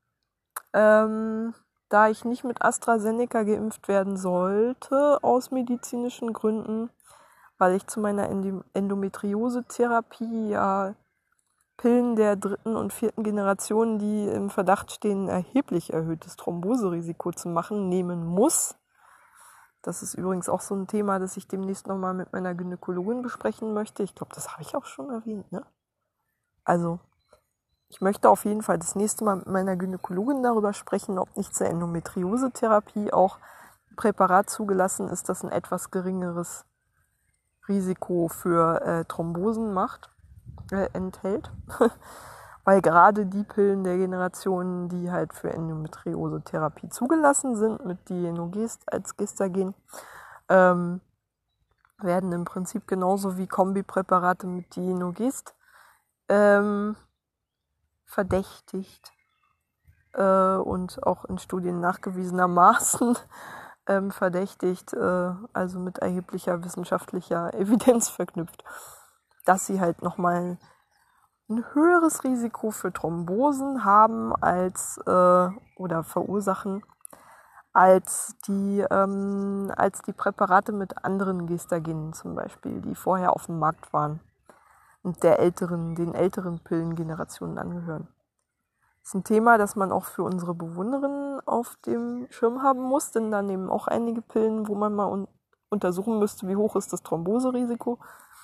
da ich nicht mit AstraZeneca geimpft werden sollte, aus medizinischen Gründen, weil ich zu meiner Endometriose-Therapie ja Pillen der 3. und 4. Generation, die im Verdacht stehen, erheblich erhöhtes Thromboserisiko zu machen, nehmen muss. Das ist übrigens auch so ein Thema, das ich demnächst nochmal mit meiner Gynäkologin besprechen möchte. Ich glaube, das habe ich auch schon erwähnt, ne? Also, ich möchte auf jeden Fall das nächste Mal mit meiner Gynäkologin darüber sprechen, ob nicht zur Endometriose-Therapie auch ein Präparat zugelassen ist, das ein etwas geringeres Risiko für Thrombosen enthält. Weil gerade die Pillen der Generation, die halt für Endometriose-Therapie zugelassen sind, mit Dienogest als Gestagen, werden im Prinzip genauso wie Kombipräparate mit Dienogest verdächtigt, und auch in Studien nachgewiesenermaßen verdächtigt, also mit erheblicher wissenschaftlicher Evidenz verknüpft, dass sie halt nochmal ein höheres Risiko für Thrombosen haben als oder verursachen als die Präparate mit anderen Gestagenen zum Beispiel, die vorher auf dem Markt waren und den älteren Pillengenerationen angehören. Das ist ein Thema, das man auch für unsere Bewunderinnen auf dem Schirm haben muss, denn da nehmen auch einige Pillen, wo man mal untersuchen müsste, wie hoch ist das Thromboserisiko.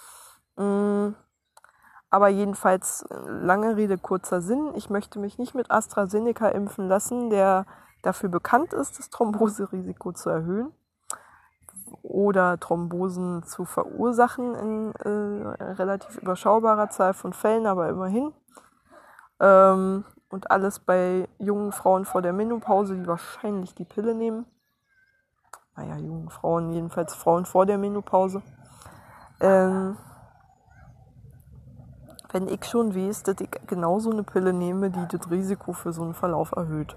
Aber jedenfalls, lange Rede, kurzer Sinn. Ich möchte mich nicht mit AstraZeneca impfen lassen, der dafür bekannt ist, das Thromboserisiko zu erhöhen oder Thrombosen zu verursachen in relativ überschaubarer Zahl von Fällen, aber immerhin. Und alles bei jungen Frauen vor der Menopause, die wahrscheinlich die Pille nehmen. Naja, jungen Frauen, jedenfalls Frauen vor der Menopause. Wenn ich schon weiß, dass ich genauso eine Pille nehme, die das Risiko für so einen Verlauf erhöht,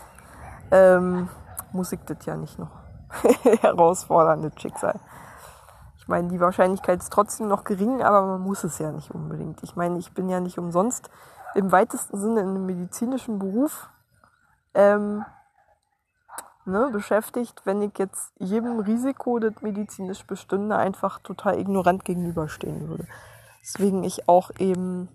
muss ich das ja nicht noch herausforderndes Schicksal. Ich meine, die Wahrscheinlichkeit ist trotzdem noch gering, aber man muss es ja nicht unbedingt. Ich meine, ich bin ja nicht umsonst im weitesten Sinne in einem medizinischen Beruf beschäftigt, wenn ich jetzt jedem Risiko, das medizinisch bestünde, einfach total ignorant gegenüberstehen würde. Deswegen ich auch eben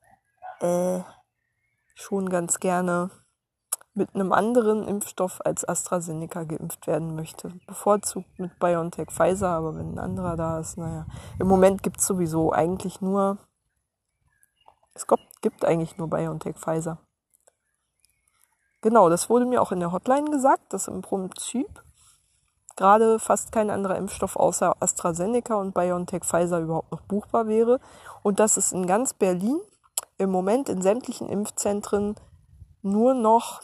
schon ganz gerne mit einem anderen Impfstoff als AstraZeneca geimpft werden möchte. Bevorzugt mit BioNTech Pfizer, aber wenn ein anderer da ist, naja. Im Moment gibt es sowieso eigentlich nur, es gibt eigentlich nur BioNTech Pfizer. Genau, das wurde mir auch in der Hotline gesagt, dass im Prinzip gerade fast kein anderer Impfstoff außer AstraZeneca und BioNTech Pfizer überhaupt noch buchbar wäre und dass es in ganz Berlin im Moment in sämtlichen Impfzentren nur noch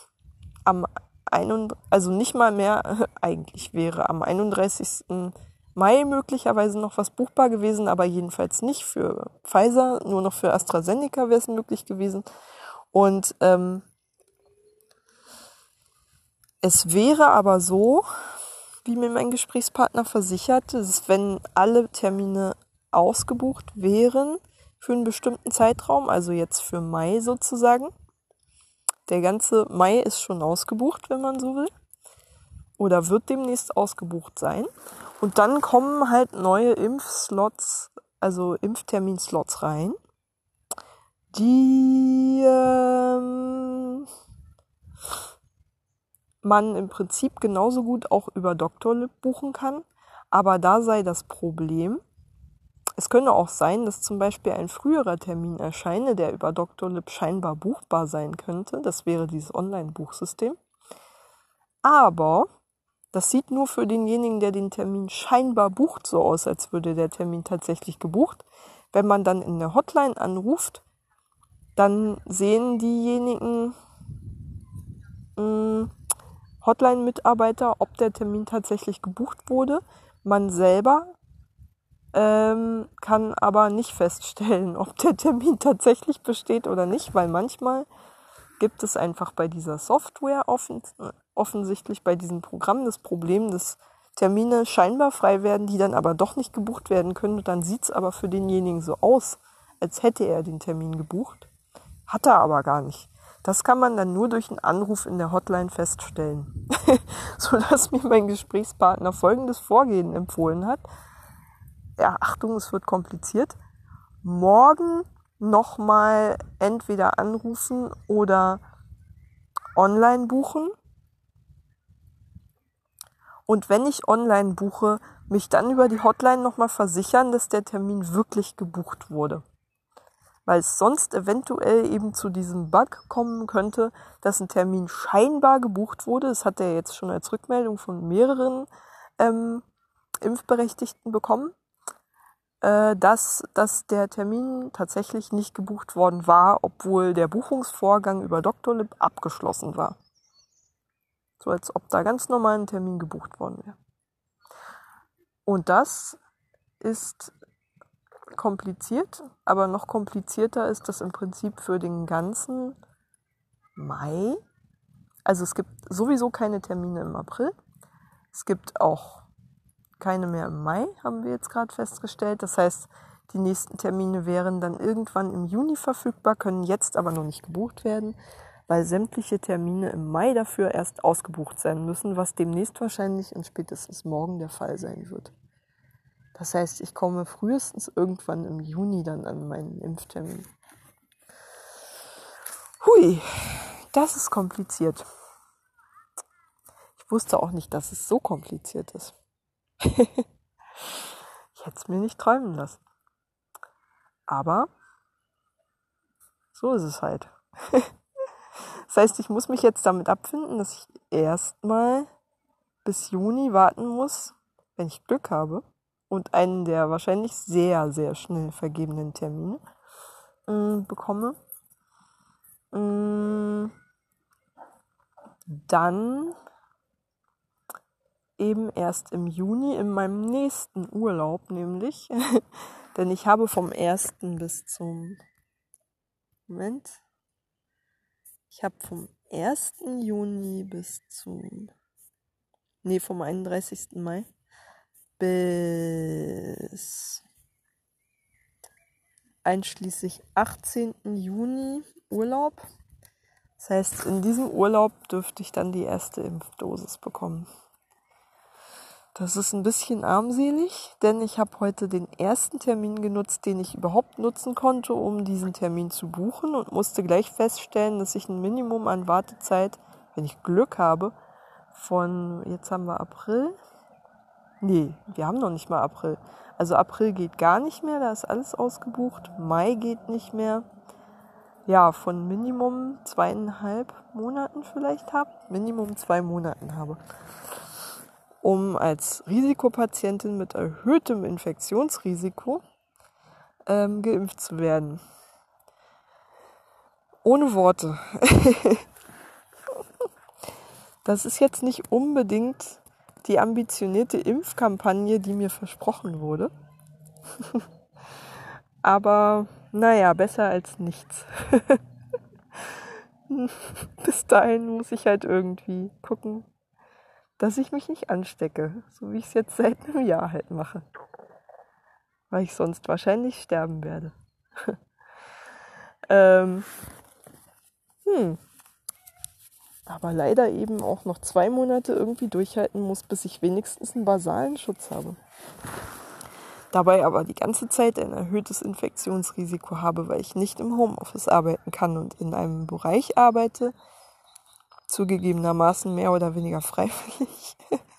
also nicht mal mehr eigentlich wäre am 31. Mai möglicherweise noch was buchbar gewesen, aber jedenfalls nicht für Pfizer, nur noch für AstraZeneca wäre es möglich gewesen. Und es wäre aber so, wie mir mein Gesprächspartner versicherte, dass wenn alle Termine ausgebucht wären für einen bestimmten Zeitraum, also jetzt für Mai sozusagen, der ganze Mai ist schon ausgebucht, wenn man so will, oder wird demnächst ausgebucht sein. Und dann kommen halt neue Impfslots, also Impfterminslots rein, die man im Prinzip genauso gut auch über Doctolib buchen kann. Aber da sei das Problem, es könne auch sein, dass zum Beispiel ein früherer Termin erscheine, der über Doctolib scheinbar buchbar sein könnte. Das wäre dieses Online-Buchsystem. Aber das sieht nur für denjenigen, der den Termin scheinbar bucht, so aus, als würde der Termin tatsächlich gebucht. Wenn man dann in der Hotline anruft, dann sehen diejenigen Hotline-Mitarbeiter, ob der Termin tatsächlich gebucht wurde. Man selber kann aber nicht feststellen, ob der Termin tatsächlich besteht oder nicht, weil manchmal gibt es einfach bei dieser Software offensichtlich bei diesem Programm das Problem, dass Termine scheinbar frei werden, die dann aber doch nicht gebucht werden können. Und dann sieht es aber für denjenigen so aus, als hätte er den Termin gebucht. Hat er aber gar nicht. Das kann man dann nur durch einen Anruf in der Hotline feststellen. Sodass mir mein Gesprächspartner folgendes Vorgehen empfohlen hat. Ja, Achtung, es wird kompliziert. Morgen nochmal entweder anrufen oder online buchen. Und wenn ich online buche, mich dann über die Hotline nochmal versichern, dass der Termin wirklich gebucht wurde. Weil es sonst eventuell eben zu diesem Bug kommen könnte, dass ein Termin scheinbar gebucht wurde. Das hat er jetzt schon als Rückmeldung von mehreren Impfberechtigten bekommen, dass der Termin tatsächlich nicht gebucht worden war, obwohl der Buchungsvorgang über Doctolib abgeschlossen war. So als ob da ganz normal ein Termin gebucht worden wäre. Und das ist kompliziert, aber noch komplizierter ist das im Prinzip für den ganzen Mai, Also es gibt sowieso keine Termine im April. Es gibt auch keine mehr im Mai, haben wir jetzt gerade festgestellt. Das heißt, die nächsten Termine wären dann irgendwann im Juni verfügbar, können jetzt aber noch nicht gebucht werden, weil sämtliche Termine im Mai dafür erst ausgebucht sein müssen, was demnächst wahrscheinlich und spätestens morgen der Fall sein wird. Das heißt, ich komme frühestens irgendwann im Juni dann an meinen Impftermin. Hui, das ist kompliziert. Ich wusste auch nicht, dass es so kompliziert ist. Ich hätte es mir nicht träumen lassen. Aber so ist es halt. Das heißt, ich muss mich jetzt damit abfinden, dass ich erstmal bis Juni warten muss, wenn ich Glück habe, und einen der wahrscheinlich sehr, sehr schnell vergebenen Termine bekomme. Dann eben erst im Juni in meinem nächsten Urlaub nämlich, denn ich habe vom 1. bis zum Ich habe vom 1. Juni bis vom 31. Mai bis einschließlich 18. Juni Urlaub. Das heißt, in diesem Urlaub dürfte ich dann die erste Impfdosis bekommen. Das ist ein bisschen armselig, denn ich habe heute den ersten Termin genutzt, den ich überhaupt nutzen konnte, um diesen Termin zu buchen, und musste gleich feststellen, dass ich ein Minimum an Wartezeit, wenn ich Glück habe, jetzt haben wir April? Nee, wir haben noch nicht mal April. Also April geht gar nicht mehr, da ist alles ausgebucht. Mai geht nicht mehr. Ja, von Minimum 2,5 Monaten vielleicht Minimum 2 Monaten habe, um als Risikopatientin mit erhöhtem Infektionsrisiko geimpft zu werden. Ohne Worte. Das ist jetzt nicht unbedingt die ambitionierte Impfkampagne, die mir versprochen wurde. Aber naja, besser als nichts. Bis dahin muss ich halt irgendwie gucken, dass ich mich nicht anstecke, so wie ich es jetzt seit einem Jahr halt mache. Weil ich sonst wahrscheinlich sterben werde. Aber leider eben auch noch 2 Monate irgendwie durchhalten muss, bis ich wenigstens einen basalen Schutz habe. Dabei aber die ganze Zeit ein erhöhtes Infektionsrisiko habe, weil ich nicht im Homeoffice arbeiten kann und in einem Bereich arbeite, zugegebenermaßen mehr oder weniger freiwillig,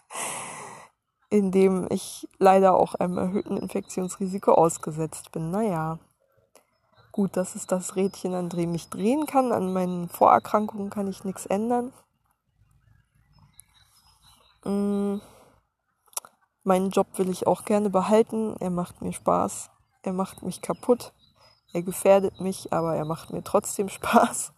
in dem ich leider auch einem erhöhten Infektionsrisiko ausgesetzt bin. Naja, gut, das ist das Rädchen, an dem ich drehen kann. An meinen Vorerkrankungen kann ich nichts ändern. Meinen Job will ich auch gerne behalten. Er macht mir Spaß. Er macht mich kaputt. Er gefährdet mich, aber er macht mir trotzdem Spaß.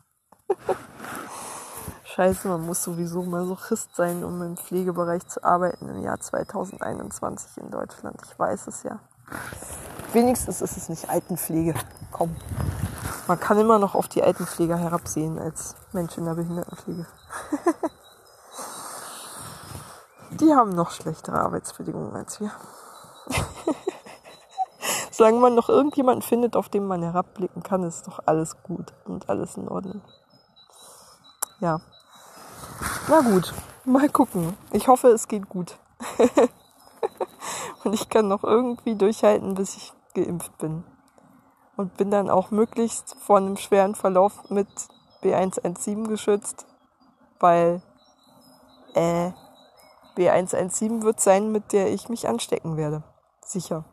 Scheiße, man muss sowieso Masochist sein, um im Pflegebereich zu arbeiten im Jahr 2021 in Deutschland. Ich weiß es ja. Wenigstens ist es nicht Altenpflege. Komm. Man kann immer noch auf die Altenpfleger herabsehen als Mensch in der Behindertenpflege. Die haben noch schlechtere Arbeitsbedingungen als wir. Solange man noch irgendjemanden findet, auf den man herabblicken kann, ist doch alles gut und alles in Ordnung. Ja. Na gut, mal gucken. Ich hoffe, es geht gut. Und ich kann noch irgendwie durchhalten, bis ich geimpft bin. Und bin dann auch möglichst vor einem schweren Verlauf mit B117 geschützt, weil B117 wird sein, mit der ich mich anstecken werde. Sicher.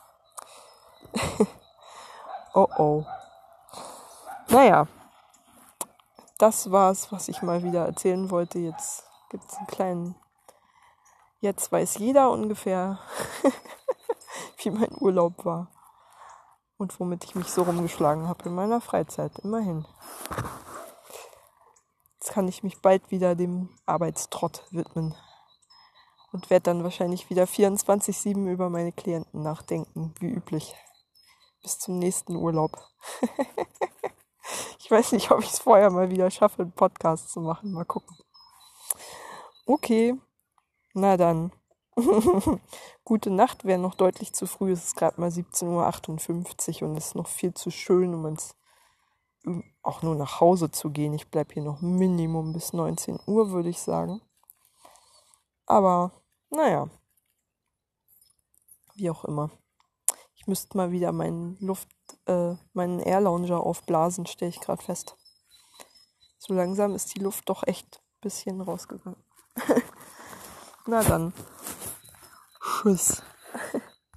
Oh. Naja, das war's, was ich mal wieder erzählen wollte. Jetzt gibt's einen kleinen... Jetzt weiß jeder ungefähr, wie mein Urlaub war. Und womit ich mich so rumgeschlagen habe in meiner Freizeit. Immerhin. Jetzt kann ich mich bald wieder dem Arbeitstrott widmen. Und werde dann wahrscheinlich wieder 24/7 über meine Klienten nachdenken, wie üblich. Bis zum nächsten Urlaub. Ich weiß nicht, ob ich es vorher mal wieder schaffe, einen Podcast zu machen. Mal gucken. Okay, na dann. Gute Nacht, wäre noch deutlich zu früh. Es ist gerade mal 17:58 Uhr und es ist noch viel zu schön, um ins auch nur nach Hause zu gehen. Ich bleibe hier noch Minimum bis 19 Uhr, würde ich sagen. Aber, naja, wie auch immer. Ich müsste mal wieder meinen Air-Lounger aufblasen, stelle ich gerade fest. So langsam ist die Luft doch echt ein bisschen rausgegangen. Na dann. Tschüss.